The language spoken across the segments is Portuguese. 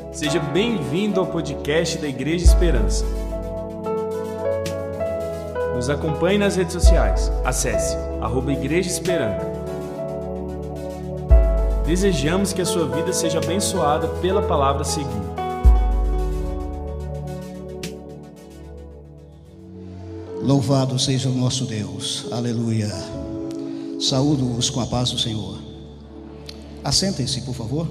Seja bem-vindo ao podcast da Igreja Esperança. Nos acompanhe nas redes sociais. Acesse @Igreja Esperança. Desejamos que a sua vida seja abençoada pela palavra a seguir. Louvado seja o nosso Deus, aleluia. Saúdo-os com a paz do Senhor. Assentem-se, por favor.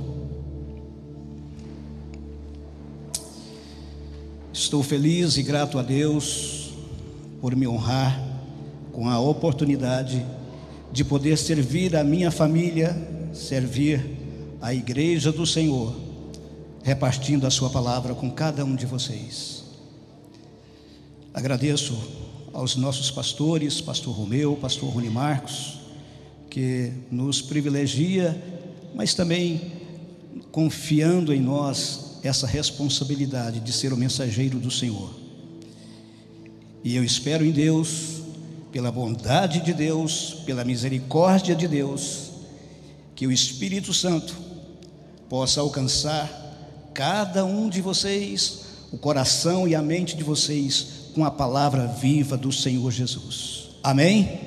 Estou feliz e grato a Deus por me honrar com a oportunidade de poder servir a minha família, servir a Igreja do Senhor, repartindo a sua palavra com cada um de vocês. Agradeço aos nossos pastores, pastor Romeu, pastor Rony Marcos, que nos privilegia, mas também confiando em nós essa responsabilidade de ser o mensageiro do Senhor. E eu espero em Deus, pela bondade de Deus, pela misericórdia de Deus, que o Espírito Santo possa alcançar cada um de vocês, o coração e a mente de vocês, com a palavra viva do Senhor Jesus. Amém?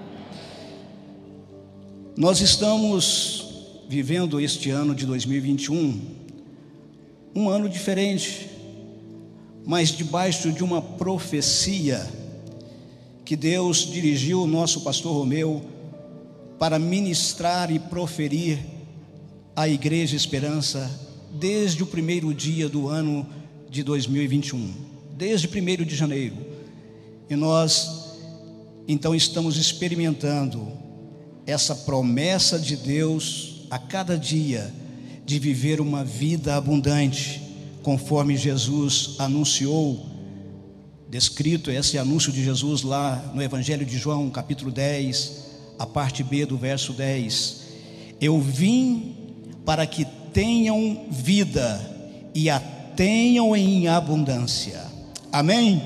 Nós estamos vivendo este ano de 2021, um ano diferente, mas debaixo de uma profecia que Deus dirigiu o nosso pastor Romeu para ministrar e proferir à Igreja Esperança desde o primeiro dia do ano de 2021, desde 1º de janeiro. E nós então estamos experimentando essa promessa de Deus a cada dia de viver uma vida abundante, conforme Jesus anunciou, descrito esse anúncio de Jesus lá no Evangelho de João, capítulo 10, a parte B do verso 10. Eu vim para que tenham vida e a tenham em abundância. Amém?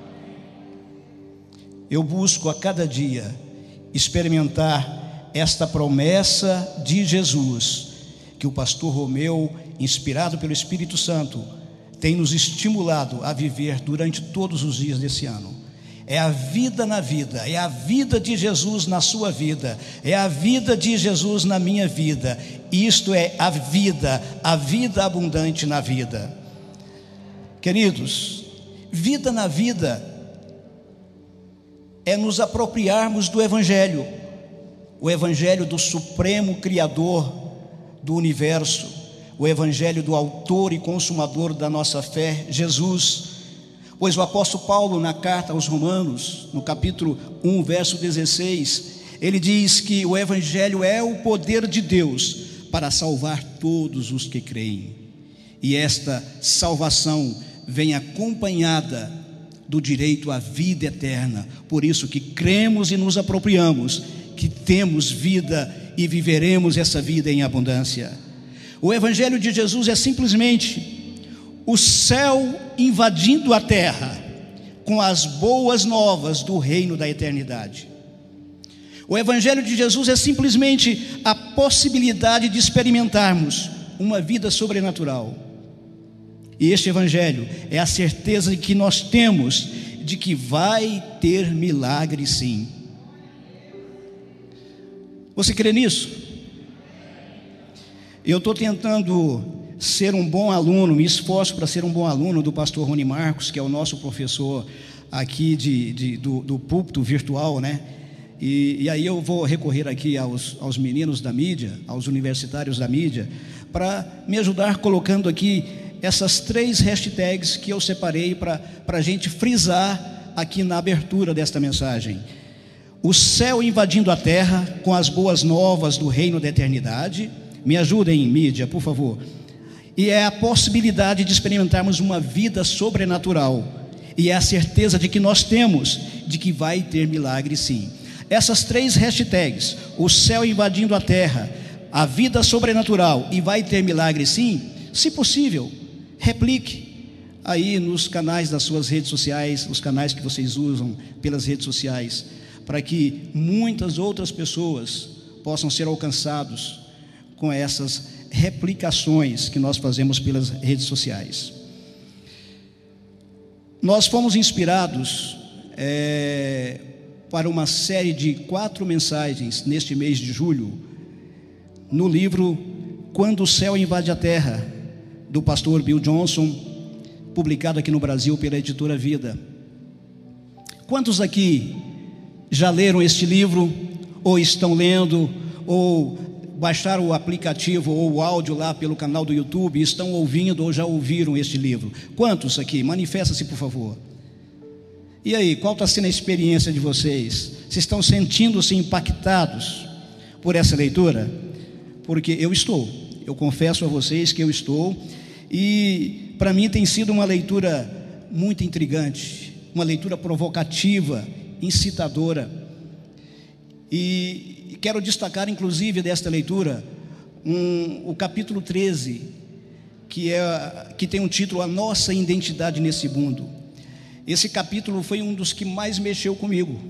Eu busco a cada dia experimentar esta promessa de Jesus, que o pastor Romeu, inspirado pelo Espírito Santo, tem nos estimulado a viver durante todos os dias desse ano. É a vida na vida, é a vida de Jesus na sua vida, é a vida de Jesus na minha vida. Isto é a vida abundante na vida. Queridos, vida na vida é nos apropriarmos do Evangelho, o Evangelho do Supremo Criador do universo, o Evangelho do autor e consumador da nossa fé, Jesus. Pois o apóstolo Paulo, na carta aos Romanos, no capítulo 1, verso 16, ele diz que o Evangelho é o poder de Deus para salvar todos os que creem, e esta salvação vem acompanhada do direito à vida eterna. Por isso que cremos e nos apropriamos que temos vida e viveremos essa vida em abundância. O Evangelho de Jesus é simplesmente o céu invadindo a terra com as boas novas do reino da eternidade. O Evangelho de Jesus é simplesmente a possibilidade de experimentarmos uma vida sobrenatural. E este Evangelho é a certeza que nós temos de que vai ter milagre, sim. Você crê nisso? Eu estou tentando ser um bom aluno, me esforço para ser um bom aluno do pastor Rony Marcos, que é o nosso professor aqui do púlpito virtual, né? E aí eu vou recorrer aqui aos meninos da mídia, aos universitários da mídia, para me ajudar colocando aqui essas 3 hashtags que eu separei para a gente frisar aqui na abertura desta mensagem. O céu invadindo a terra com as boas novas do reino da eternidade. Me ajudem, mídia, por favor. E é a possibilidade de experimentarmos uma vida sobrenatural. E é a certeza de que nós temos de que vai ter milagre, sim. Essas 3 hashtags, o céu invadindo a terra, a vida sobrenatural e vai ter milagre, sim. Se possível, replique aí nos canais das suas redes sociais, os canais que vocês usam pelas redes sociais, para que muitas outras pessoas possam ser alcançados com essas replicações que nós fazemos pelas redes sociais. Nós fomos inspirados para uma série de 4 mensagens neste mês de julho, no livro Quando o Céu Invade a Terra, do pastor Bill Johnson, publicado aqui no Brasil pela editora Vida. Quantos aqui já leram este livro, ou estão lendo, ou baixaram o aplicativo ou o áudio lá pelo canal do YouTube, estão ouvindo ou já ouviram este livro? Quantos aqui? Manifesta-se, por favor. E aí, qual está sendo a experiência de vocês? Vocês estão sentindo-se impactados por essa leitura? Porque eu confesso a vocês que eu estou, e para mim tem sido uma leitura muito intrigante, uma leitura provocativa, incitadora. E quero destacar, inclusive, desta leitura, o capítulo 13, que tem um título: A Nossa Identidade nesse Mundo. Esse capítulo foi um dos que mais mexeu comigo,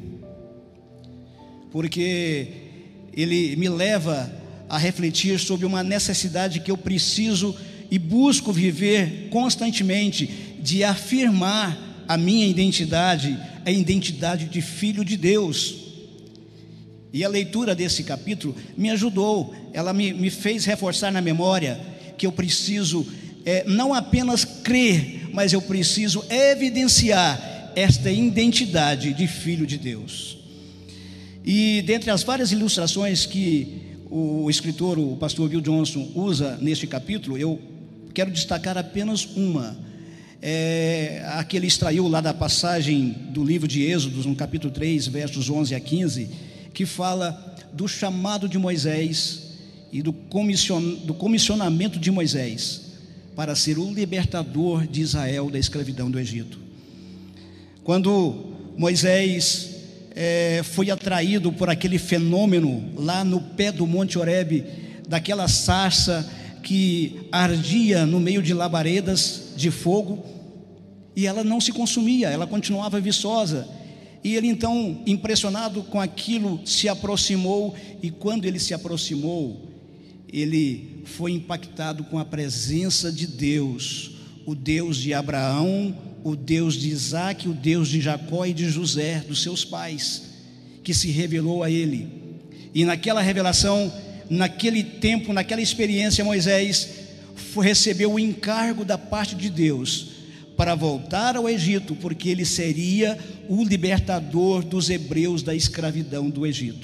porque ele me leva a refletir sobre uma necessidade que eu preciso e busco viver constantemente, de afirmar a minha identidade, a identidade de filho de Deus. E a leitura desse capítulo me ajudou, ela me fez reforçar na memória que eu preciso não apenas crer, mas eu preciso evidenciar esta identidade de filho de Deus. E dentre as várias ilustrações que o escritor, o pastor Bill Johnson, usa neste capítulo, eu quero destacar apenas uma, a que ele extraiu lá da passagem do livro de Êxodo, no capítulo 3, versos 11 a 15, que fala do chamado de Moisés e do comissionamento de Moisés para ser o libertador de Israel da escravidão do Egito. Quando Moisés foi atraído por aquele fenômeno lá no pé do Monte Horebe, daquela sarça que ardia no meio de labaredas de fogo, e ela não se consumia, ela continuava viçosa. E ele então, impressionado com aquilo, se aproximou, e quando ele se aproximou, ele foi impactado com a presença de Deus, o Deus de Abraão, o Deus de Isaac, o Deus de Jacó e de José, dos seus pais, que se revelou a ele. E naquela revelação, naquele tempo, naquela experiência, Moisés recebeu o encargo da parte de Deus para voltar ao Egito, porque ele seria o libertador dos hebreus da escravidão do Egito.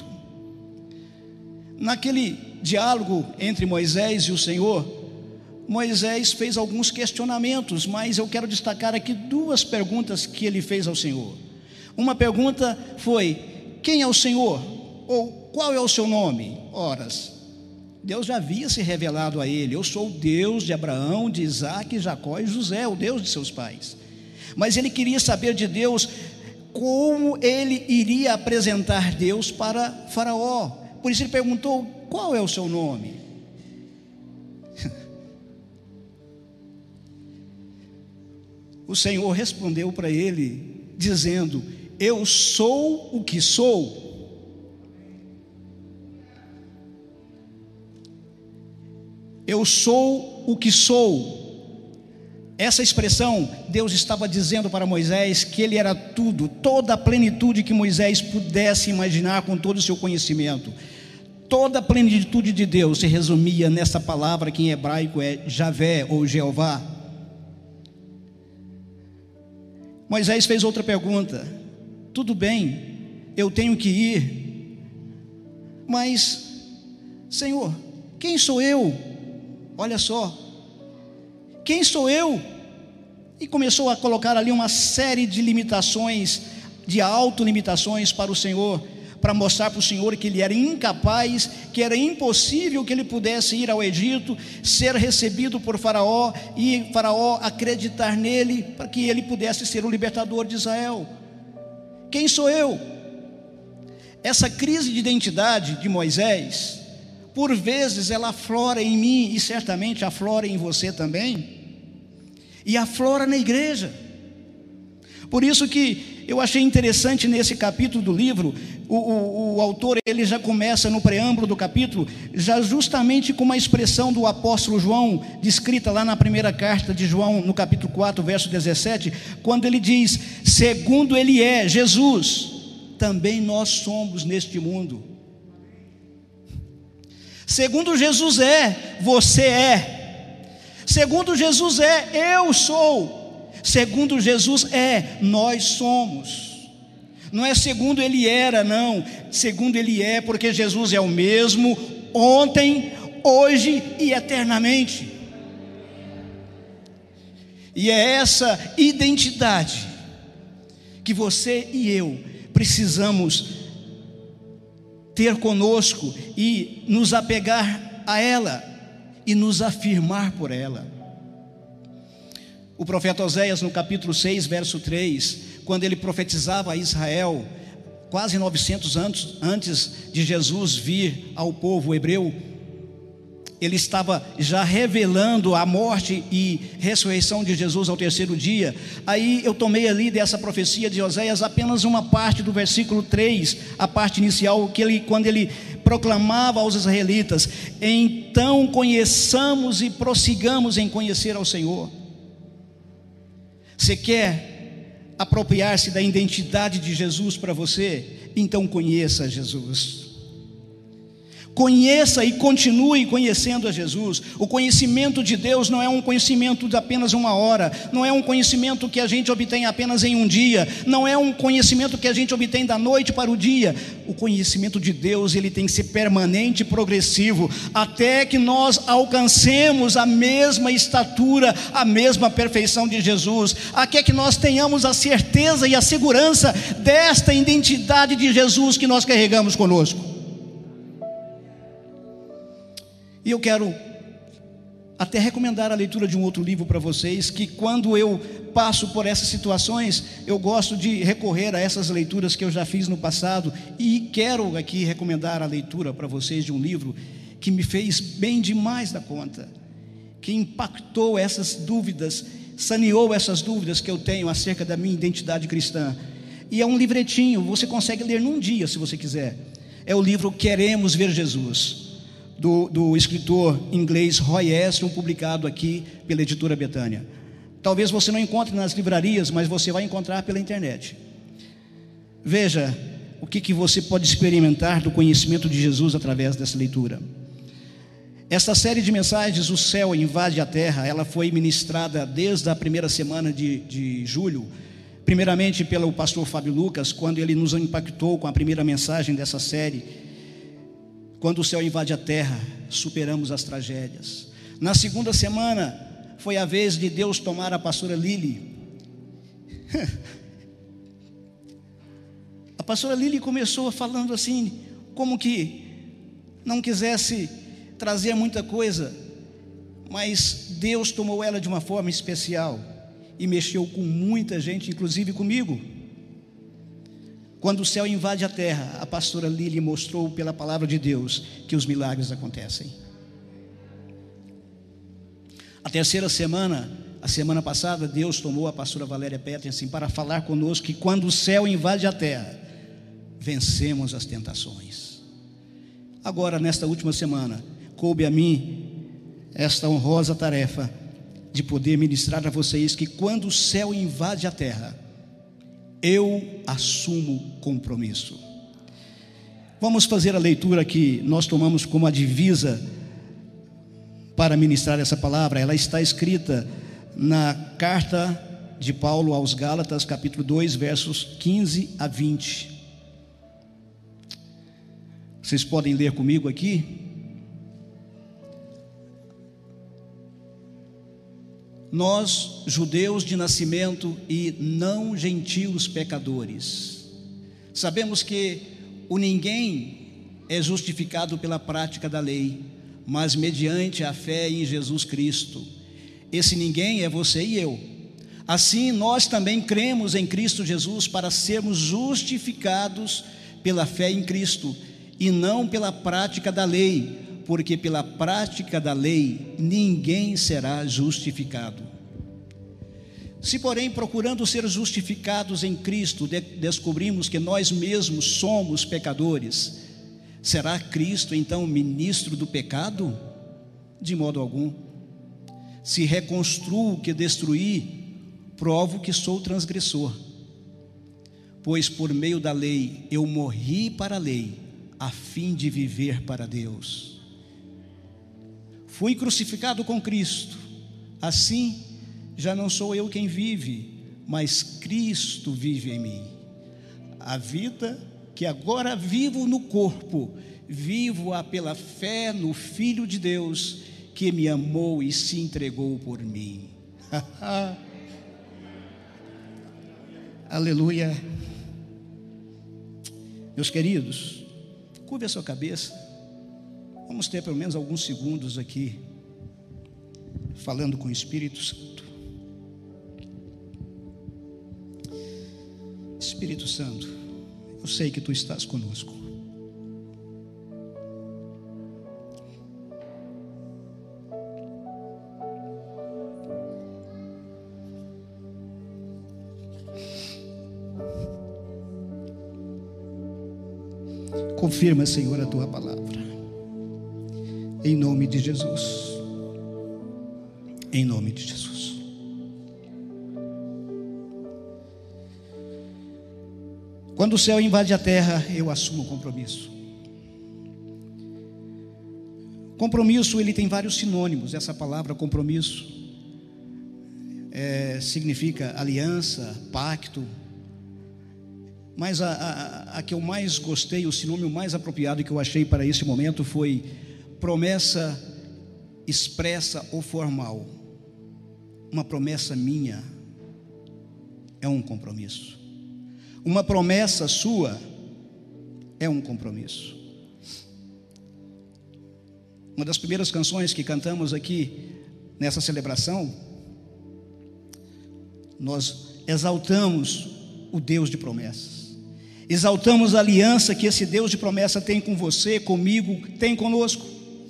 Naquele diálogo entre Moisés e o Senhor, Moisés fez alguns questionamentos, mas eu quero destacar aqui 2 perguntas que ele fez ao Senhor. Uma pergunta foi: quem é o Senhor? Ou qual é o seu nome? Ora, Deus já havia se revelado a ele: eu sou o Deus de Abraão, de Isaac, Jacó e José, o Deus de seus pais. Mas ele queria saber de Deus como ele iria apresentar Deus para Faraó. Por isso ele perguntou: qual é o seu nome? O Senhor respondeu para ele dizendo: eu sou o que sou. Eu sou o que sou. Essa expressão, Deus estava dizendo para Moisés que ele era tudo, toda a plenitude que Moisés pudesse imaginar com todo o seu conhecimento. Toda a plenitude de Deus se resumia nessa palavra que em hebraico é Javé ou Jeová. Moisés fez outra pergunta: tudo bem, eu tenho que ir, mas Senhor, quem sou eu? Olha só, quem sou eu? E começou a colocar ali uma série de limitações, de autolimitações para o Senhor, para mostrar para o Senhor que ele era incapaz, que era impossível que ele pudesse ir ao Egito, ser recebido por Faraó, e Faraó acreditar nele, para que ele pudesse ser o libertador de Israel. Quem sou eu? Essa crise de identidade de Moisés, por vezes ela aflora em mim, e certamente aflora em você também, e aflora na igreja. Por isso que eu achei interessante nesse capítulo do livro, o autor ele já começa no preâmbulo do capítulo, já justamente com uma expressão do apóstolo João, descrita lá na primeira carta de João, no capítulo 4, verso 17, quando ele diz: segundo ele é, Jesus, também nós somos neste mundo. Segundo Jesus é, você é. Segundo Jesus é, eu sou. Segundo Jesus é, nós somos. Não é segundo ele era, não. Segundo ele é, porque Jesus é o mesmo ontem, hoje e eternamente. E é essa identidade que você e eu precisamos ter conosco e nos apegar a ela e nos afirmar por ela. O profeta Oséias, no capítulo 6, verso 3, quando ele profetizava a Israel, quase 900 anos antes de Jesus vir ao povo hebreu, ele estava já revelando a morte e ressurreição de Jesus ao terceiro dia. Aí eu tomei ali dessa profecia de Oséias apenas uma parte do versículo 3, a parte inicial, quando ele proclamava aos israelitas: então conheçamos e prossigamos em conhecer ao Senhor. Você quer apropriar-se da identidade de Jesus para você? Então conheça Jesus. Conheça e continue conhecendo a Jesus. O conhecimento de Deus não é um conhecimento de apenas uma hora, não é um conhecimento que a gente obtém apenas em um dia, não é um conhecimento que a gente obtém da noite para o dia. O conhecimento de Deus, ele tem que ser permanente e progressivo, até que nós alcancemos a mesma estatura, a mesma perfeição de Jesus, até que nós tenhamos a certeza e a segurança desta identidade de Jesus que nós carregamos conosco. E eu quero até recomendar a leitura de um outro livro para vocês, que quando eu passo por essas situações, eu gosto de recorrer a essas leituras que eu já fiz no passado, e quero aqui recomendar a leitura para vocês de um livro que me fez bem demais da conta, que impactou essas dúvidas, saneou essas dúvidas que eu tenho acerca da minha identidade cristã. E é um livretinho, você consegue ler num dia se você quiser. É o livro Queremos Ver Jesus, do escritor inglês Roy Eston, publicado aqui pela editora Betânia. Talvez você não encontre nas livrarias, mas você vai encontrar pela internet. Veja o que você pode experimentar do conhecimento de Jesus através dessa leitura. Esta série de mensagens, O Céu Invade a Terra, ela foi ministrada desde a primeira semana de julho, primeiramente pelo pastor Fábio Lucas, quando ele nos impactou com a primeira mensagem dessa série. Quando o céu invade a terra, superamos as tragédias. Na segunda semana, foi a vez de Deus tomar a pastora Lili. A pastora Lili começou falando assim, como que não quisesse trazer muita coisa, mas Deus tomou ela de uma forma especial e mexeu com muita gente, inclusive comigo. Quando o céu invade a terra, a pastora Lili mostrou pela palavra de Deus que os milagres acontecem. A terceira semana, a semana passada, Deus tomou a pastora Valéria Peterson para falar conosco que quando o céu invade a terra, vencemos as tentações. Agora, nesta última semana, coube a mim esta honrosa tarefa de poder ministrar a vocês que quando o céu invade a terra, eu assumo compromisso. Vamos fazer a leitura que nós tomamos como a divisa para ministrar essa palavra. Ela está escrita na carta de Paulo aos Gálatas, capítulo 2, versos 15 a 20. Vocês podem ler comigo aqui? Nós, judeus de nascimento e não gentios pecadores, sabemos que o ninguém é justificado pela prática da lei, mas mediante a fé em Jesus Cristo. Esse ninguém é você e eu. Assim, nós também cremos em Cristo Jesus para sermos justificados pela fé em Cristo e não pela prática da lei, porque pela prática da lei ninguém será justificado. Se, porém, procurando ser justificados em Cristo, descobrimos que nós mesmos somos pecadores, será Cristo então ministro do pecado? De modo algum. Se reconstruo o que destruí, provo que sou transgressor. Pois por meio da lei eu morri para a lei, a fim de viver para Deus. Fui crucificado com Cristo. Assim, já não sou eu quem vive, mas Cristo vive em mim. A vida que agora vivo no corpo, vivo-a pela fé no Filho de Deus, que me amou e se entregou por mim. Aleluia. Meus queridos, curve a sua cabeça. Vamos ter pelo menos alguns segundos aqui, falando com o Espírito Santo. Espírito Santo, eu sei que Tu estás conosco. Confirma, Senhor, a Tua palavra, em nome de Jesus, em nome de Jesus. Quando o céu invade a terra, eu assumo o compromisso. Compromisso, ele tem vários sinônimos. Essa palavra compromisso significa aliança, pacto. Mas a que eu mais gostei, o sinônimo mais apropriado que eu achei para esse momento foi promessa expressa ou formal. Uma promessa minha é um compromisso. Uma promessa sua é um compromisso. Uma das primeiras canções que cantamos aqui nessa celebração, nós exaltamos o Deus de promessas, exaltamos a aliança que esse Deus de promessa tem com você, comigo, tem conosco.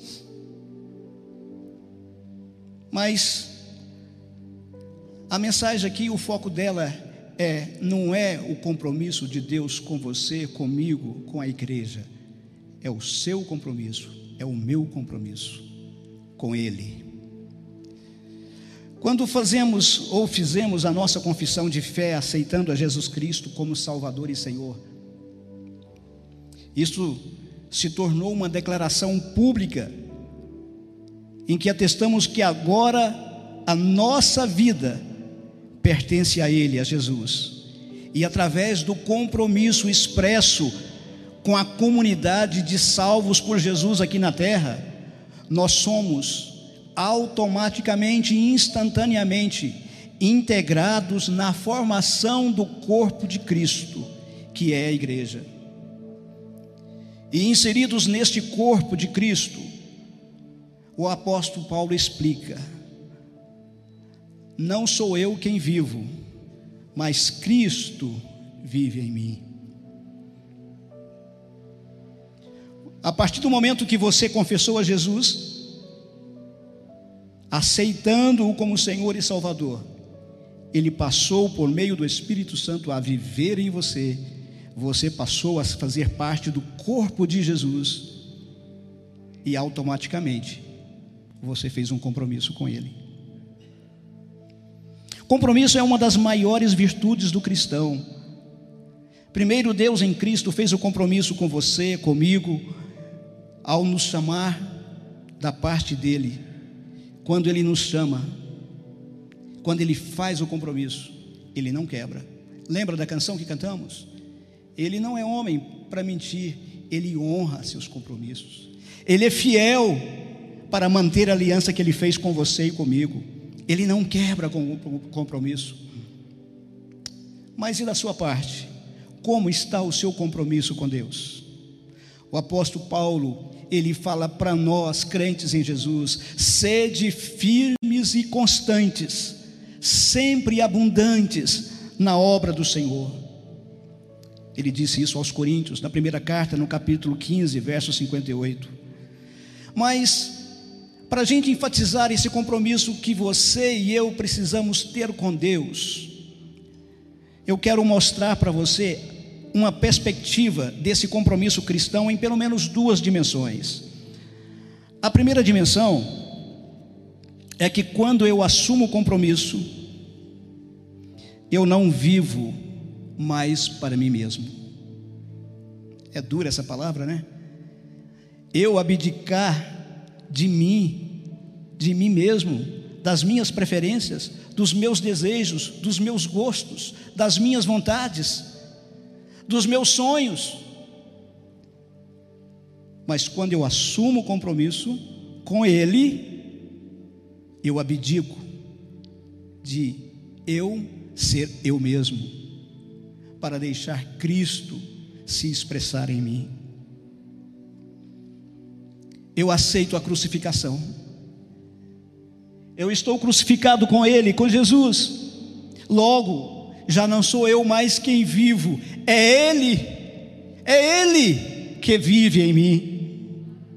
Mas a mensagem aqui, o foco dela não é o compromisso de Deus com você, comigo, com a igreja. É o seu compromisso, é o meu compromisso com Ele. Quando fizemos a nossa confissão de fé, aceitando a Jesus Cristo como Salvador e Senhor, isso se tornou uma declaração pública, em que atestamos que agora a nossa vida pertence a Ele, a Jesus, e através do compromisso expresso com a comunidade de salvos por Jesus aqui na terra, nós somos automaticamente e instantaneamente integrados na formação do corpo de Cristo, que é a igreja. E inseridos neste corpo de Cristo, o apóstolo Paulo explica: não sou eu quem vivo, mas Cristo vive em mim. A partir do momento que você confessou a Jesus, aceitando-o como Senhor e Salvador, Ele passou por meio do Espírito Santo a viver em você. Você passou a fazer parte do corpo de Jesus, e automaticamente você fez um compromisso com Ele. Compromisso é uma das maiores virtudes do cristão. Primeiro, Deus em Cristo fez o compromisso com você, comigo, ao nos chamar da parte dEle. Quando Ele nos chama, quando Ele faz o compromisso, Ele não quebra. Lembra da canção que cantamos? Ele não é homem para mentir, Ele honra seus compromissos. Ele é fiel para manter a aliança que Ele fez com você e comigo. Ele não quebra com o compromisso. Mas e da sua parte? Como está o seu compromisso com Deus? O apóstolo Paulo, ele fala para nós, crentes em Jesus: sede firmes e constantes, sempre abundantes na obra do Senhor. Ele disse isso aos Coríntios, na primeira carta, no capítulo 15, verso 58. Mas para a gente enfatizar esse compromisso que você e eu precisamos ter com Deus, eu quero mostrar para você uma perspectiva desse compromisso cristão em pelo menos duas dimensões. A primeira dimensão é que quando eu assumo o compromisso, eu não vivo mais para mim mesmo. É dura essa palavra, né? Eu abdicar de mim mesmo, das minhas preferências, dos meus desejos, dos meus gostos, das minhas vontades, dos meus sonhos. Mas quando eu assumo o compromisso com Ele, eu abdico de eu ser eu mesmo, para deixar Cristo se expressar em mim. Eu aceito a crucificação. Eu estou crucificado com Ele, com Jesus. Logo, já não sou eu mais quem vivo, é Ele que vive em mim.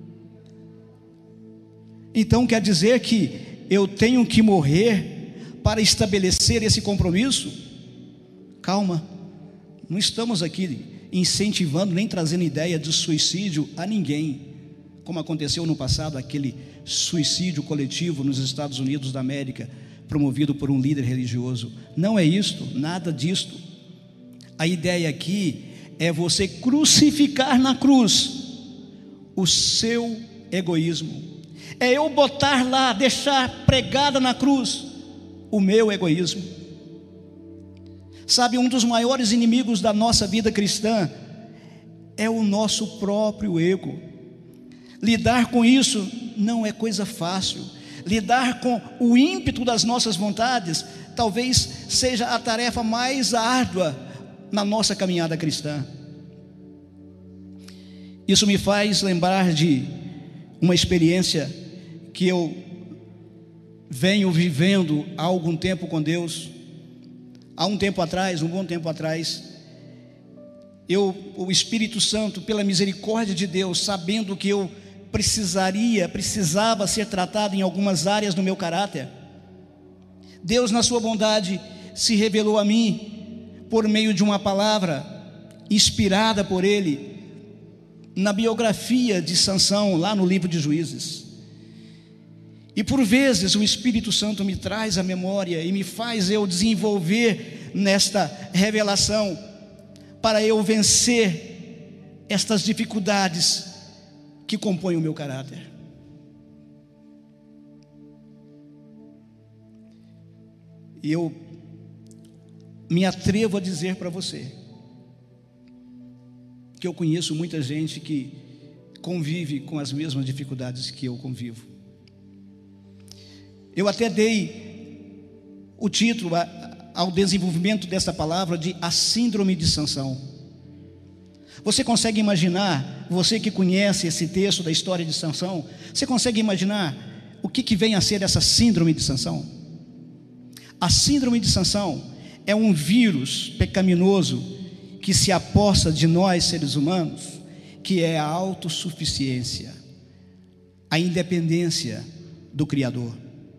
Então quer dizer que eu tenho que morrer para estabelecer esse compromisso? Calma, não estamos aqui incentivando nem trazendo ideia de suicídio a ninguém, como aconteceu no passado, aquele suicídio coletivo nos Estados Unidos da América, promovido por um líder religioso. Não é isto, nada disto. A ideia aqui é você crucificar na cruz o seu egoísmo. É eu botar lá, deixar pregada na cruz o meu egoísmo. Sabe, um dos maiores inimigos da nossa vida cristã é o nosso próprio ego. Lidar com isso não é coisa fácil. Lidar com o ímpeto das nossas vontades talvez seja a tarefa mais árdua na nossa caminhada cristã. Isso me faz lembrar de uma experiência que eu venho vivendo há algum tempo com Deus. Há um tempo atrás, um bom tempo atrás, o Espírito Santo, pela misericórdia de Deus, sabendo que eu precisava ser tratado em algumas áreas do meu caráter, Deus, na sua bondade, se revelou a mim por meio de uma palavra inspirada por Ele na biografia de Sansão, lá no livro de Juízes. E por vezes o Espírito Santo me traz à memória e me faz eu desenvolver nesta revelação, para eu vencer estas dificuldades que compõem o meu caráter. E eu me atrevo a dizer para você que eu conheço muita gente que convive com as mesmas dificuldades que eu convivo. Eu até dei o título ao desenvolvimento dessa palavra de a síndrome de Sansão. Você consegue imaginar, você que conhece esse texto da história de Sansão, você consegue imaginar o que vem a ser essa síndrome de Sansão? A síndrome de Sansão é um vírus pecaminoso que se apossa de nós seres humanos, que é a autossuficiência, a independência do Criador.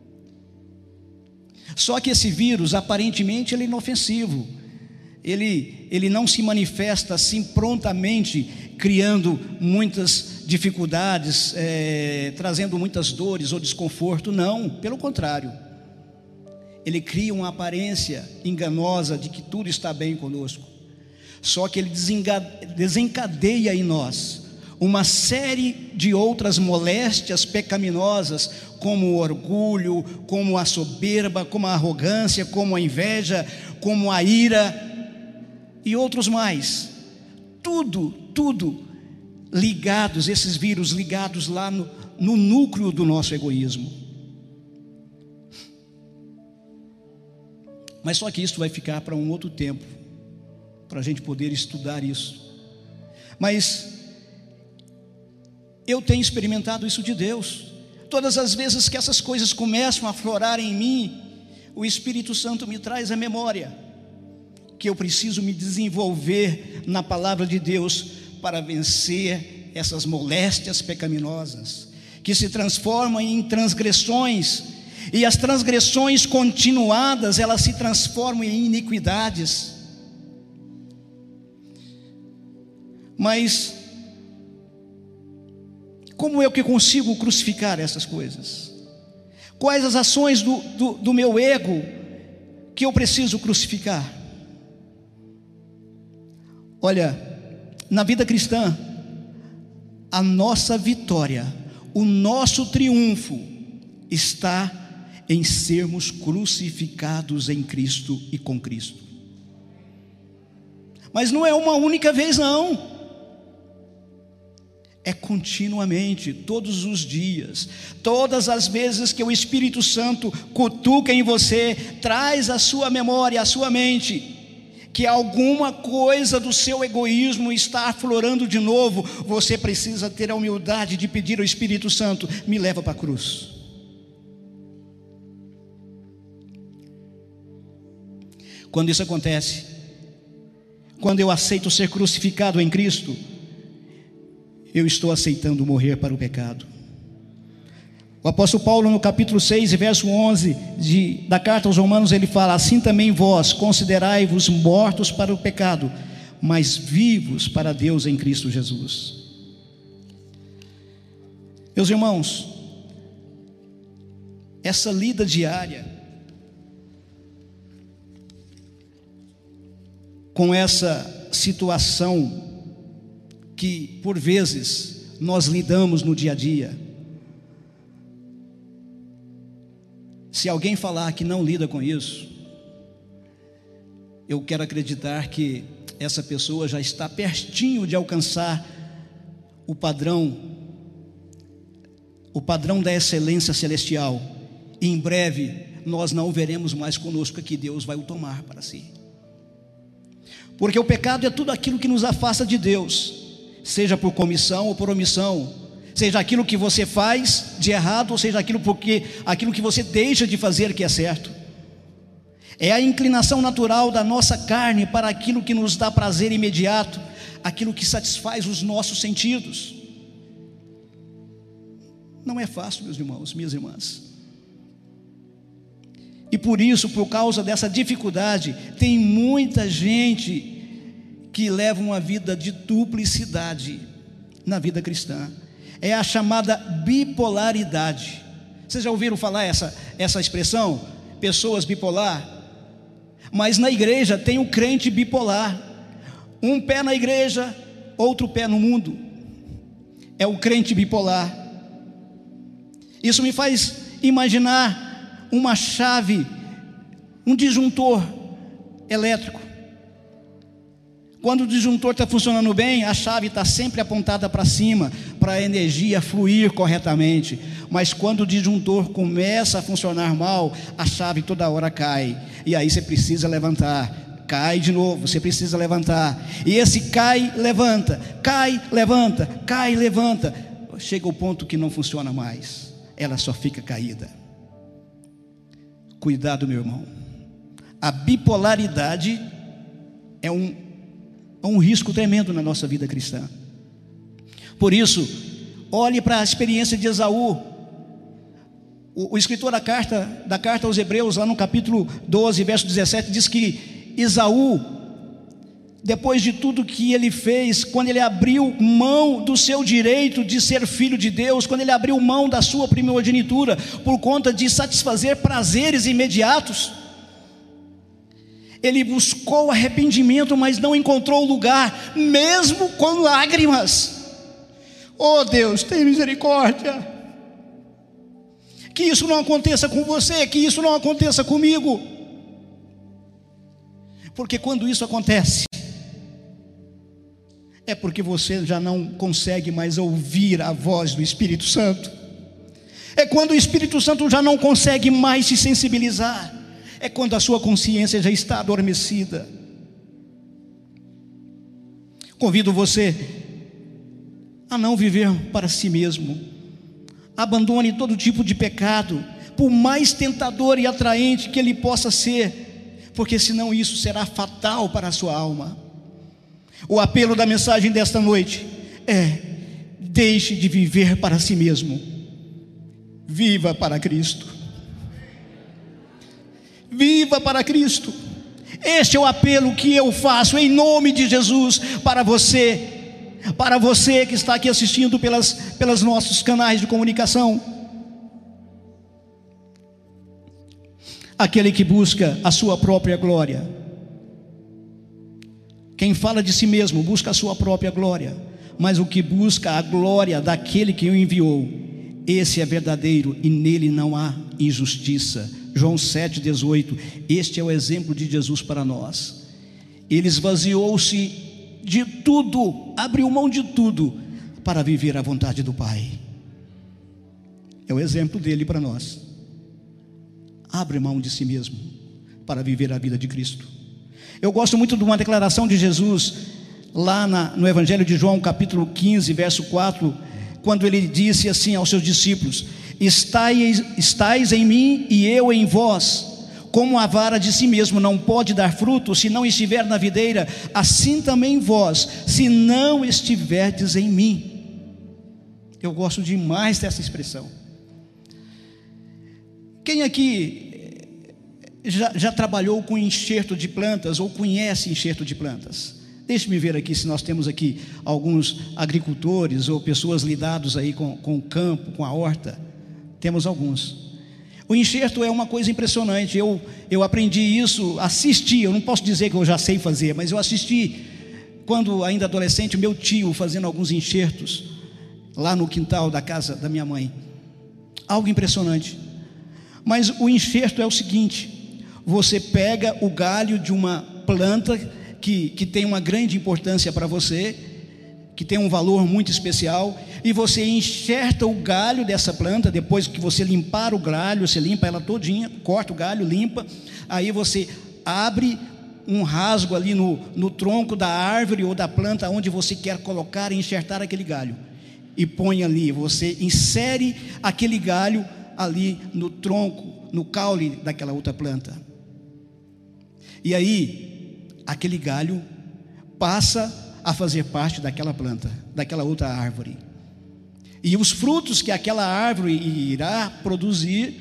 Só que esse vírus, aparentemente, ele é inofensivo. Ele não se manifesta assim prontamente, criando muitas dificuldades, trazendo muitas dores ou desconforto. Não, pelo contrário. Ele cria uma aparência enganosa de que tudo está bem conosco. Só que ele desencadeia em nós uma série de outras moléstias pecaminosas, como o orgulho, como a soberba, como a arrogância, como a inveja, como a ira e outros mais. Tudo ligados, esses vírus ligados lá no núcleo do nosso egoísmo. Mas só que isso vai ficar para um outro tempo, para a gente poder estudar isso. Mas eu tenho experimentado isso de Deus. Todas as vezes que essas coisas começam a aflorar em mim, o Espírito Santo me traz à memória que eu preciso me desenvolver na palavra de Deus para vencer essas moléstias pecaminosas, que se transformam em transgressões, e as transgressões continuadas, elas se transformam em iniquidades. Mas como eu que consigo crucificar essas coisas? Quais as ações do meu ego que eu preciso crucificar? Olha, na vida cristã, a nossa vitória, o nosso triunfo está em sermos crucificados em Cristo e com Cristo. Mas não é uma única vez, não. É continuamente, todos os dias, todas as vezes que o Espírito Santo cutuca em você, traz à sua memória, à sua mente, que alguma coisa do seu egoísmo está aflorando de novo, você precisa ter a humildade de pedir ao Espírito Santo: me leva para a cruz. Quando isso acontece, quando eu aceito ser crucificado em Cristo, eu estou aceitando morrer para o pecado. O apóstolo Paulo, no capítulo 6, verso 11 da carta aos Romanos, ele fala: assim também vós considerai-vos mortos para o pecado, mas vivos para Deus em Cristo Jesus. Meus irmãos, essa lida diária com essa situação que por vezes nós lidamos no dia a dia, se alguém falar que não lida com isso, eu quero acreditar que essa pessoa já está pertinho de alcançar o padrão da excelência celestial, e em breve nós não o veremos mais conosco aqui, Deus vai o tomar para si. Porque o pecado é tudo aquilo que nos afasta de Deus, seja por comissão ou por omissão, seja aquilo que você faz de errado, ou seja aquilo que você deixa de fazer que é certo. É a inclinação natural da nossa carne para aquilo que nos dá prazer imediato, aquilo que satisfaz os nossos sentidos. Não é fácil, meus irmãos, minhas irmãs. E por isso, por causa dessa dificuldade, tem muita gente que leva uma vida de duplicidade na vida cristã. É a chamada bipolaridade. Vocês já ouviram falar essa expressão? Pessoas bipolar. Mas na igreja tem um crente bipolar, um pé na igreja, outro pé no mundo. É o crente bipolar. Isso me faz imaginar uma chave, um disjuntor elétrico. Quando o disjuntor está funcionando bem, a chave está sempre apontada para cima, para a energia fluir corretamente. Mas quando o disjuntor começa a funcionar mal, a chave toda hora cai, e aí você precisa levantar, cai de novo, você precisa levantar, e esse cai, levanta, cai, levanta, cai, levanta, chega ao ponto que não funciona mais, ela só fica caída. Cuidado, meu irmão, a bipolaridade é um risco tremendo na nossa vida cristã. Por isso, olhe para a experiência de Esaú. O escritor da carta aos Hebreus, lá no capítulo 12, verso 17, diz que Esaú, depois de tudo que ele fez, quando ele abriu mão do seu direito de ser filho de Deus, quando ele abriu mão da sua primogenitura por conta de satisfazer prazeres imediatos, ele buscou arrependimento, mas não encontrou lugar, mesmo com lágrimas. Oh Deus, tem misericórdia, que isso não aconteça com você, que isso não aconteça comigo, porque quando isso acontece, é porque você já não consegue mais ouvir a voz do Espírito Santo, é quando o Espírito Santo já não consegue mais se sensibilizar, é quando a sua consciência já está adormecida. Convido você a não viver para si mesmo. Abandone todo tipo de pecado, por mais tentador e atraente que ele possa ser, porque senão isso será fatal para a sua alma. O apelo da mensagem desta noite é: deixe de viver para si mesmo. Viva para Cristo. Viva para Cristo. Este é o apelo que eu faço em nome de Jesus para você que está aqui assistindo pelos nossos canais de comunicação. Aquele que busca a sua própria glória. Quem fala de si mesmo busca a sua própria glória, mas o que busca a glória daquele que o enviou, esse é verdadeiro e nele não há injustiça. João 7,18. Este é o exemplo de Jesus para nós. Ele esvaziou-se de tudo, abriu mão de tudo para viver a vontade do Pai. É o exemplo dele para nós. Abre mão de si mesmo para viver a vida de Cristo. Eu gosto muito de uma declaração de Jesus lá no Evangelho de João, capítulo 15, verso 4, quando ele disse assim aos seus discípulos: estais em mim e eu em vós. Como a vara de si mesmo não pode dar fruto se não estiver na videira, assim também vós, se não estiverdes em mim. Eu gosto demais dessa expressão. Quem aqui já trabalhou com enxerto de plantas ou conhece enxerto de plantas? Deixe-me ver aqui se nós temos aqui alguns agricultores ou pessoas lidados aí com o campo, com a horta. Temos alguns. O enxerto é uma coisa impressionante. Eu aprendi isso, assisti. Eu não posso dizer que eu já sei fazer, mas eu assisti quando ainda adolescente, o meu tio fazendo alguns enxertos lá no quintal da casa da minha mãe. Algo impressionante. Mas o enxerto é o seguinte: você pega o galho de uma planta que tem uma grande importância para você, que tem um valor muito especial, e você enxerta o galho dessa planta. Depois que você limpar o galho, você limpa ela todinha, corta o galho, limpa, aí você abre um rasgo ali no tronco da árvore ou da planta onde você quer colocar e enxertar aquele galho, e põe ali, você insere aquele galho ali no tronco, no caule daquela outra planta, e aí aquele galho passa a fazer parte daquela planta, daquela outra árvore, e os frutos que aquela árvore irá produzir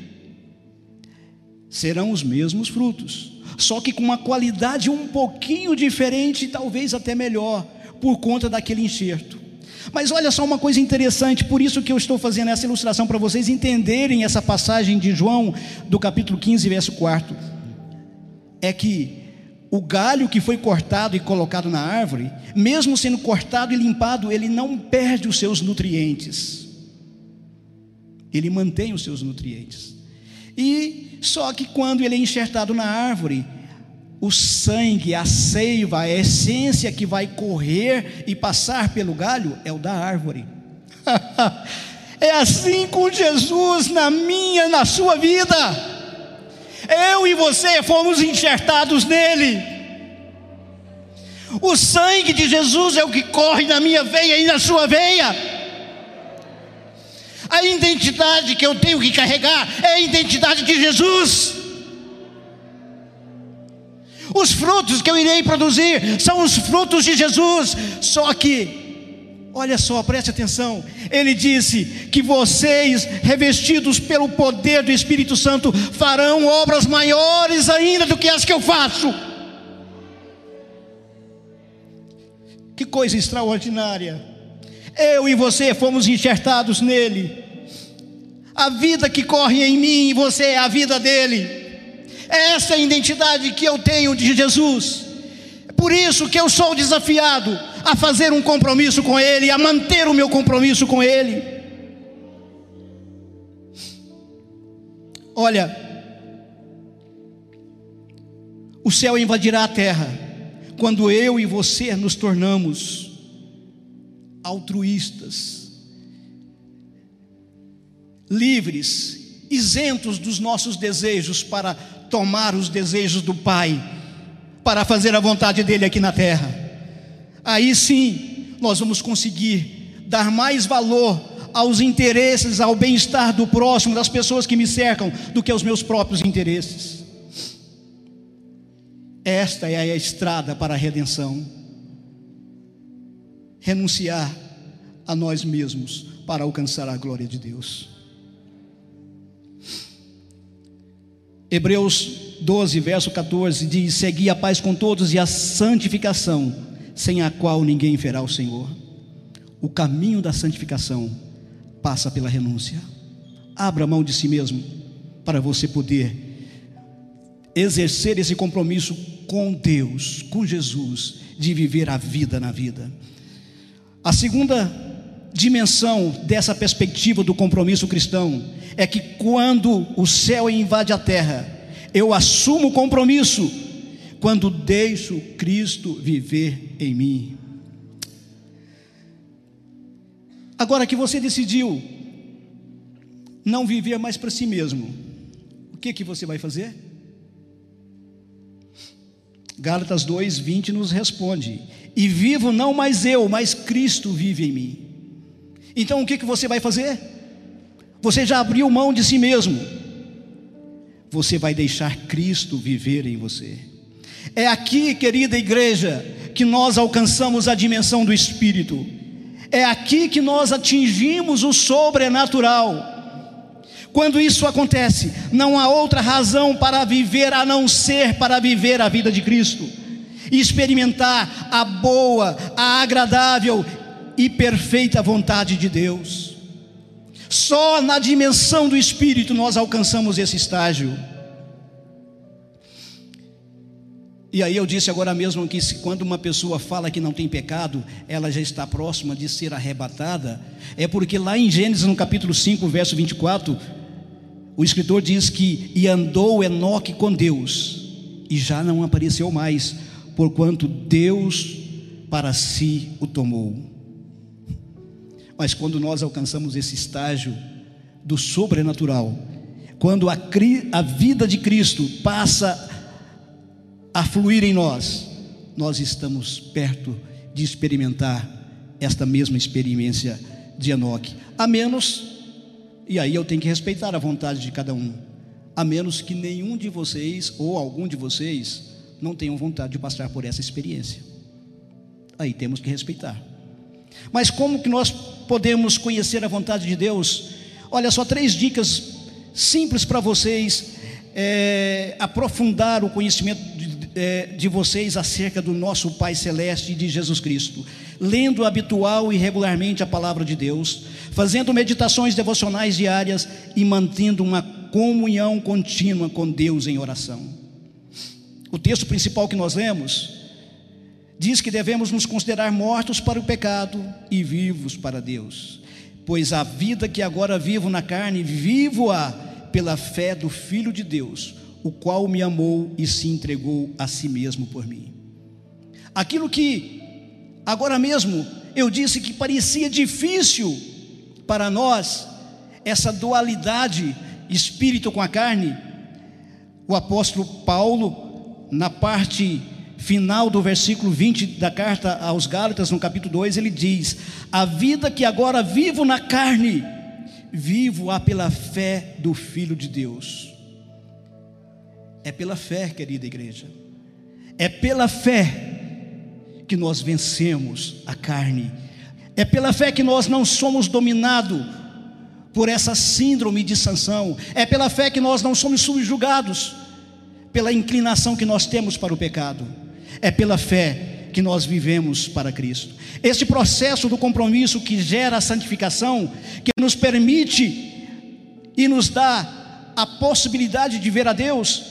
serão os mesmos frutos, só que com uma qualidade um pouquinho diferente, talvez até melhor, por conta daquele enxerto. Mas olha só uma coisa interessante, por isso que eu estou fazendo essa ilustração para vocês entenderem essa passagem de João, do capítulo 15, verso 4, é que o galho que foi cortado e colocado na árvore, mesmo sendo cortado e limpado, ele não perde os seus nutrientes, ele mantém os seus nutrientes. E só que quando ele é enxertado na árvore, o sangue, a seiva, a essência que vai correr e passar pelo galho é o da árvore. É assim com Jesus na minha, na sua vida. Eu e você fomos enxertados nele. O sangue de Jesus é o que corre na minha veia e na sua veia. A identidade que eu tenho que carregar é a identidade de Jesus. Os frutos que eu irei produzir são os frutos de Jesus. Só que, olha só, preste atenção, ele disse que vocês, revestidos pelo poder do Espírito Santo, farão obras maiores ainda do que as que eu faço. Que coisa extraordinária. Eu e você fomos enxertados nele. A vida que corre em mim e você é a vida dele. Essa é a identidade que eu tenho de Jesus. Por isso que eu sou desafiado a fazer um compromisso com ele, a manter o meu compromisso com ele. Olha, o céu invadirá a terra quando eu e você nos tornamos altruístas, livres, isentos dos nossos desejos para tomar os desejos do Pai, para fazer a vontade dele aqui na terra. Aí sim nós vamos conseguir dar mais valor aos interesses, ao bem-estar do próximo, das pessoas que me cercam, do que aos meus próprios interesses. Esta é a estrada para a redenção. Renunciar a nós mesmos para alcançar a glória de Deus. Hebreus 12, verso 14 diz: segui a paz com todos e a santificação, sem a qual ninguém verá o Senhor. O caminho da santificação passa pela renúncia. Abra mão de si mesmo para você poder exercer esse compromisso com Deus, com Jesus, de viver a vida na vida. A segunda dimensão dessa perspectiva do compromisso cristão é que quando o céu invade a terra, eu assumo o compromisso quando deixo Cristo viver em mim. Agora que você decidiu não viver mais para si mesmo, o que você vai fazer? Gálatas 2:20 nos responde: e vivo não mais eu, mas Cristo vive em mim. Então o que você vai fazer? Você já abriu mão de si mesmo, você vai deixar Cristo viver em você. É aqui, querida igreja, que nós alcançamos a dimensão do Espírito. É aqui que nós atingimos o sobrenatural. Quando isso acontece, não há outra razão para viver a não ser para viver a vida de Cristo e experimentar a boa, a agradável e perfeita vontade de Deus. Só na dimensão do Espírito nós alcançamos esse estágio. E aí eu disse agora mesmo que quando uma pessoa fala que não tem pecado, ela já está próxima de ser arrebatada. É porque lá em Gênesis, no capítulo 5, verso 24, o escritor diz que e andou Enoque com Deus, e já não apareceu mais, porquanto Deus para si o tomou. Mas quando nós alcançamos esse estágio do sobrenatural, quando a vida de Cristo passa a fluir em nós, nós estamos perto de experimentar esta mesma experiência de Enoque. A menos, e aí eu tenho que respeitar a vontade de cada um, a menos que nenhum de vocês ou algum de vocês não tenham vontade de passar por essa experiência. Aí temos que respeitar. Mas como que nós podemos conhecer a vontade de Deus? Olha só, 3 dicas simples para vocês aprofundar o conhecimento de vocês acerca do nosso Pai Celeste e de Jesus Cristo: lendo habitual e regularmente a palavra de Deus, fazendo meditações devocionais diárias e mantendo uma comunhão contínua com Deus em oração. O texto principal que nós lemos diz que devemos nos considerar mortos para o pecado e vivos para Deus, pois a vida que agora vivo na carne, vivo-a pela fé do Filho de Deus, o qual me amou e se entregou a si mesmo por mim. Aquilo que agora mesmo eu disse que parecia difícil para nós, essa dualidade espírito com a carne, o apóstolo Paulo, na parte final do versículo 20 da carta aos Gálatas, no capítulo 2, ele diz: a vida que agora vivo na carne, vivo-a pela fé do Filho de Deus. É pela fé, querida igreja, é pela fé que nós vencemos a carne, é pela fé que nós não somos dominados por essa síndrome de Sansão, é pela fé que nós não somos subjugados pela inclinação que nós temos para o pecado, é pela fé que nós vivemos para Cristo. Este processo do compromisso que gera a santificação, que nos permite e nos dá a possibilidade de ver a Deus,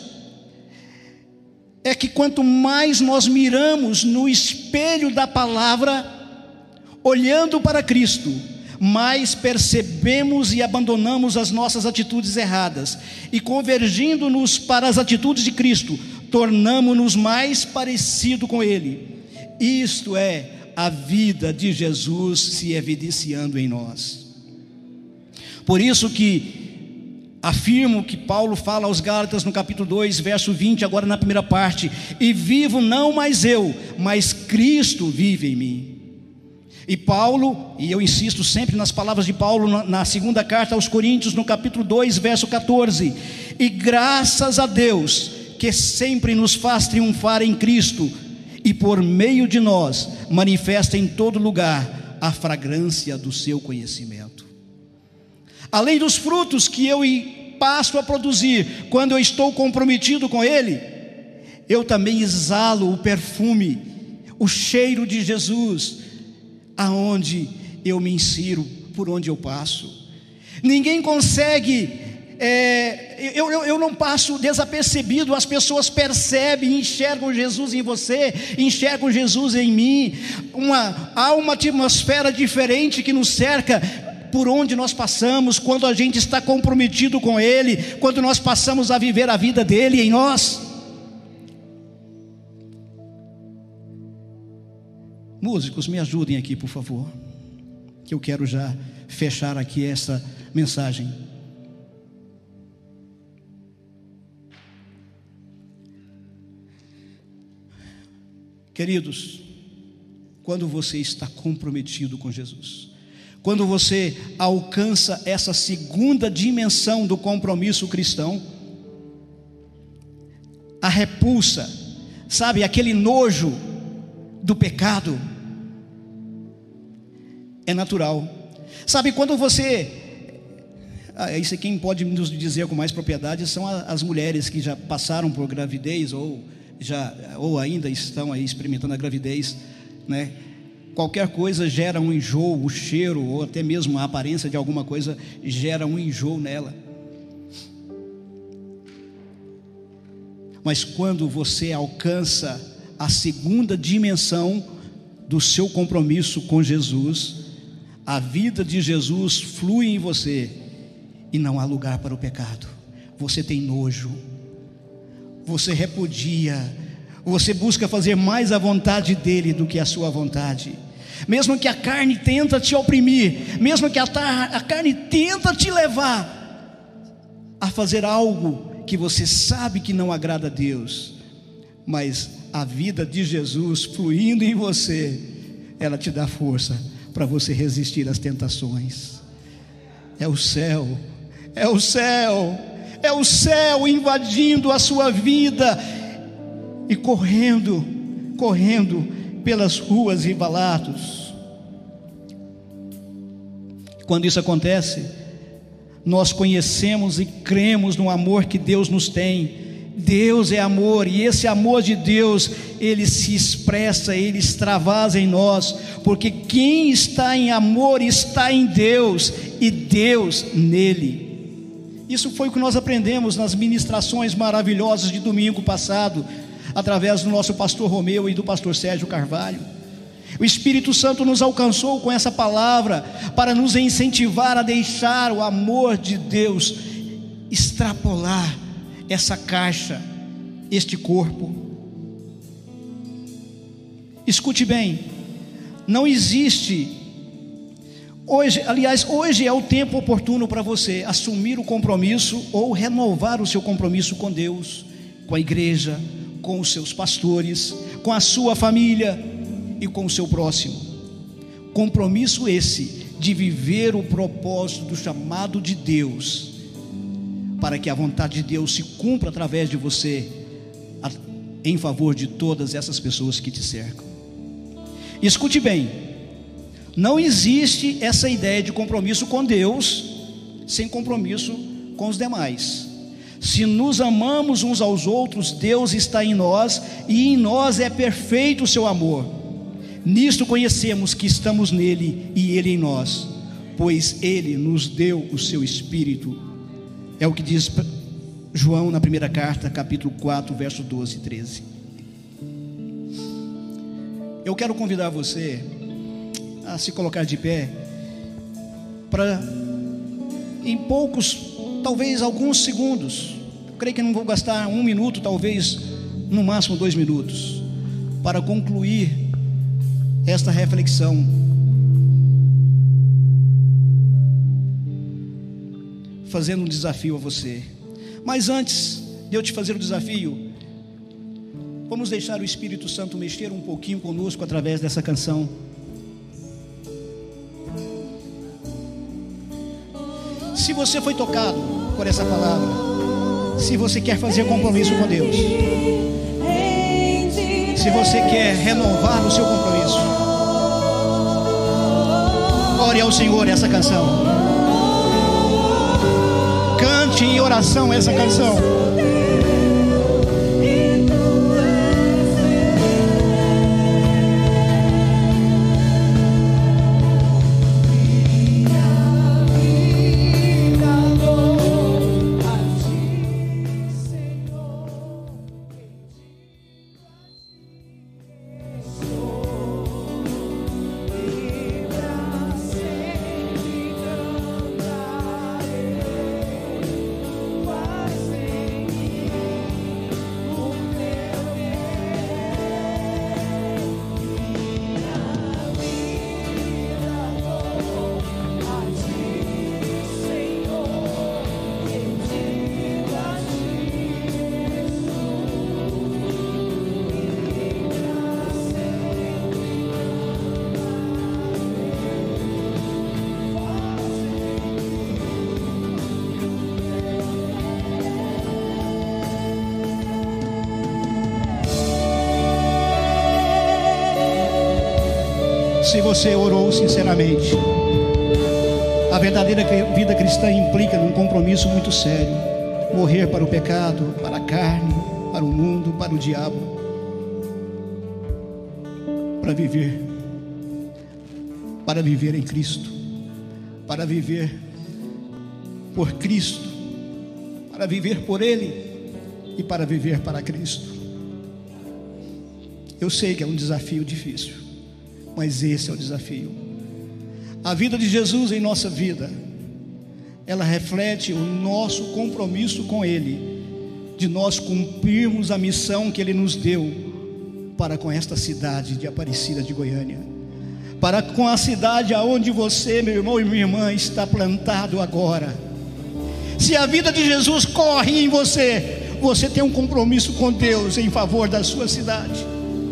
é que quanto mais nós miramos no espelho da palavra, olhando para Cristo, mais percebemos e abandonamos as nossas atitudes erradas, e convergindo-nos para as atitudes de Cristo, tornamos-nos mais parecidos com Ele. Isto é a vida de Jesus se evidenciando em nós. Por isso que afirmo que Paulo fala aos Gálatas no capítulo 2, verso 20, agora na primeira parte: e vivo não mais eu, mas Cristo vive em mim. E Paulo, e eu insisto sempre nas palavras de Paulo na segunda carta aos Coríntios, no capítulo 2, verso 14: e graças a Deus que sempre nos faz triunfar em Cristo, e por meio de nós manifesta em todo lugar a fragrância do seu conhecimento. Além dos frutos que eu e passo a produzir quando eu estou comprometido com Ele, eu também exalo o perfume, o cheiro de Jesus, aonde eu me insiro, por onde eu passo. Ninguém consegue, eu não passo desapercebido, as pessoas percebem, enxergam Jesus em você, enxergam Jesus em mim. Há uma atmosfera diferente que nos cerca por onde nós passamos, quando a gente está comprometido com Ele, quando nós passamos a viver a vida dEle em nós. Músicos, me ajudem aqui, por favor, que eu quero já fechar aqui essa mensagem. Queridos, quando você está comprometido com Jesus, quando você alcança essa segunda dimensão do compromisso cristão, a repulsa, sabe, aquele nojo do pecado é natural. Sabe, quando você, isso quem pode nos dizer com mais propriedade são as mulheres que já passaram por gravidez ou ainda estão aí experimentando a gravidez, né? Qualquer coisa gera um enjoo, o cheiro ou até mesmo a aparência de alguma coisa gera um enjoo nela. Mas quando você alcança a segunda dimensão do seu compromisso com Jesus, a vida de Jesus flui em você e não há lugar para o pecado. Você tem nojo, você repudia, você busca fazer mais a vontade dele do que a sua vontade. Mesmo que a carne tenta te oprimir, mesmo que a carne tenta te levar a fazer algo que você sabe que não agrada a Deus, mas a vida de Jesus fluindo em você, ela te dá força para você resistir às tentações. É o céu, é o céu, é o céu invadindo a sua vida e correndo pelas ruas e balados. Quando isso acontece, nós conhecemos e cremos no amor que Deus nos tem. Deus é amor, e esse amor de Deus, ele se expressa, ele extravasa em nós, porque quem está em amor está em Deus, e Deus nele. Isso foi o que nós aprendemos nas ministrações maravilhosas de domingo passado, através do nosso pastor Romeu e do pastor Sérgio Carvalho. O Espírito Santo nos alcançou com essa palavra, para nos incentivar a deixar o amor de Deus extrapolar essa caixa, este corpo. Escute bem, não existe hoje é o tempo oportuno para você assumir o compromisso ou renovar o seu compromisso com Deus, com a igreja, com os seus pastores, com a sua família e com o seu próximo. Compromisso esse de viver o propósito do chamado de Deus, para que a vontade de Deus se cumpra através de você, em favor de todas essas pessoas que te cercam. Escute bem, não existe essa ideia de compromisso com Deus sem compromisso com os demais. Se nos amamos uns aos outros, Deus está em nós, e em nós é perfeito o seu amor. Nisto conhecemos que estamos nele e ele em nós, pois ele nos deu o seu Espírito. É o que diz João na primeira carta, capítulo 4, verso 12 e 13. Eu quero convidar você a se colocar de pé, para em poucos, talvez alguns segundos, eu creio que não vou gastar 1 minuto, talvez no máximo 2 minutos, para concluir esta reflexão. Fazendo um desafio a você. Mas antes de eu te fazer o desafio, vamos deixar o Espírito Santo mexer um pouquinho conosco através dessa canção. Se você foi tocado por essa palavra, se você quer fazer compromisso com Deus, se você quer renovar o seu compromisso, ore ao Senhor essa canção. Cante Cante em oração essa canção. Se você orou sinceramente, a verdadeira vida cristã implica num compromisso muito sério: morrer para o pecado, para a carne, para o mundo, para o diabo, para viver em Cristo, para viver por Cristo, para viver por Ele e para viver para Cristo. Eu sei que é um desafio difícil, mas esse é o desafio. A vida de Jesus em nossa vida, ela reflete o nosso compromisso com Ele, de nós cumprirmos a missão que Ele nos deu para com esta cidade de Aparecida de Goiânia, para com a cidade aonde você, meu irmão e minha irmã, está plantado agora. Se a vida de Jesus corre em você, você tem um compromisso com Deus em favor da sua cidade.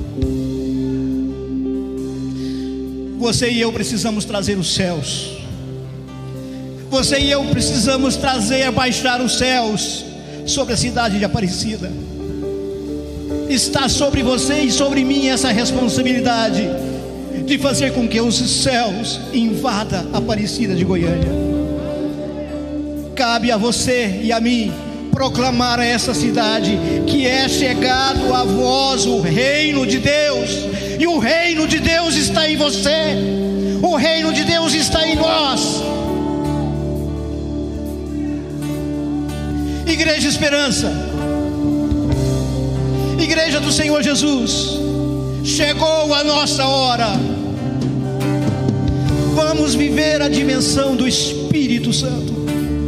Você e eu precisamos trazer os céus. Você e eu precisamos baixar os céus sobre a cidade de Aparecida. Está sobre você e sobre mim essa responsabilidade de fazer com que os céus invadam Aparecida de Goiânia. Cabe a você e a mim proclamar a essa cidade que é chegado a vós o reino de Deus, e o reino de Deus está em você, o reino de Deus está em nós. Igreja Esperança, Igreja do Senhor Jesus, chegou a nossa hora. Vamos viver a dimensão do Espírito Santo.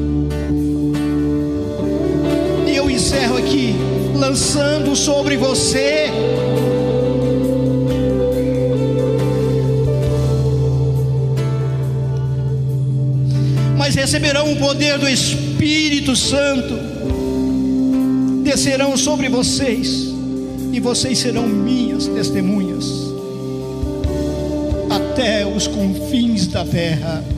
E eu encerro aqui lançando sobre você mas receberão o poder do Espírito Santo, descerão sobre vocês, e vocês serão minhas testemunhas até os confins da terra.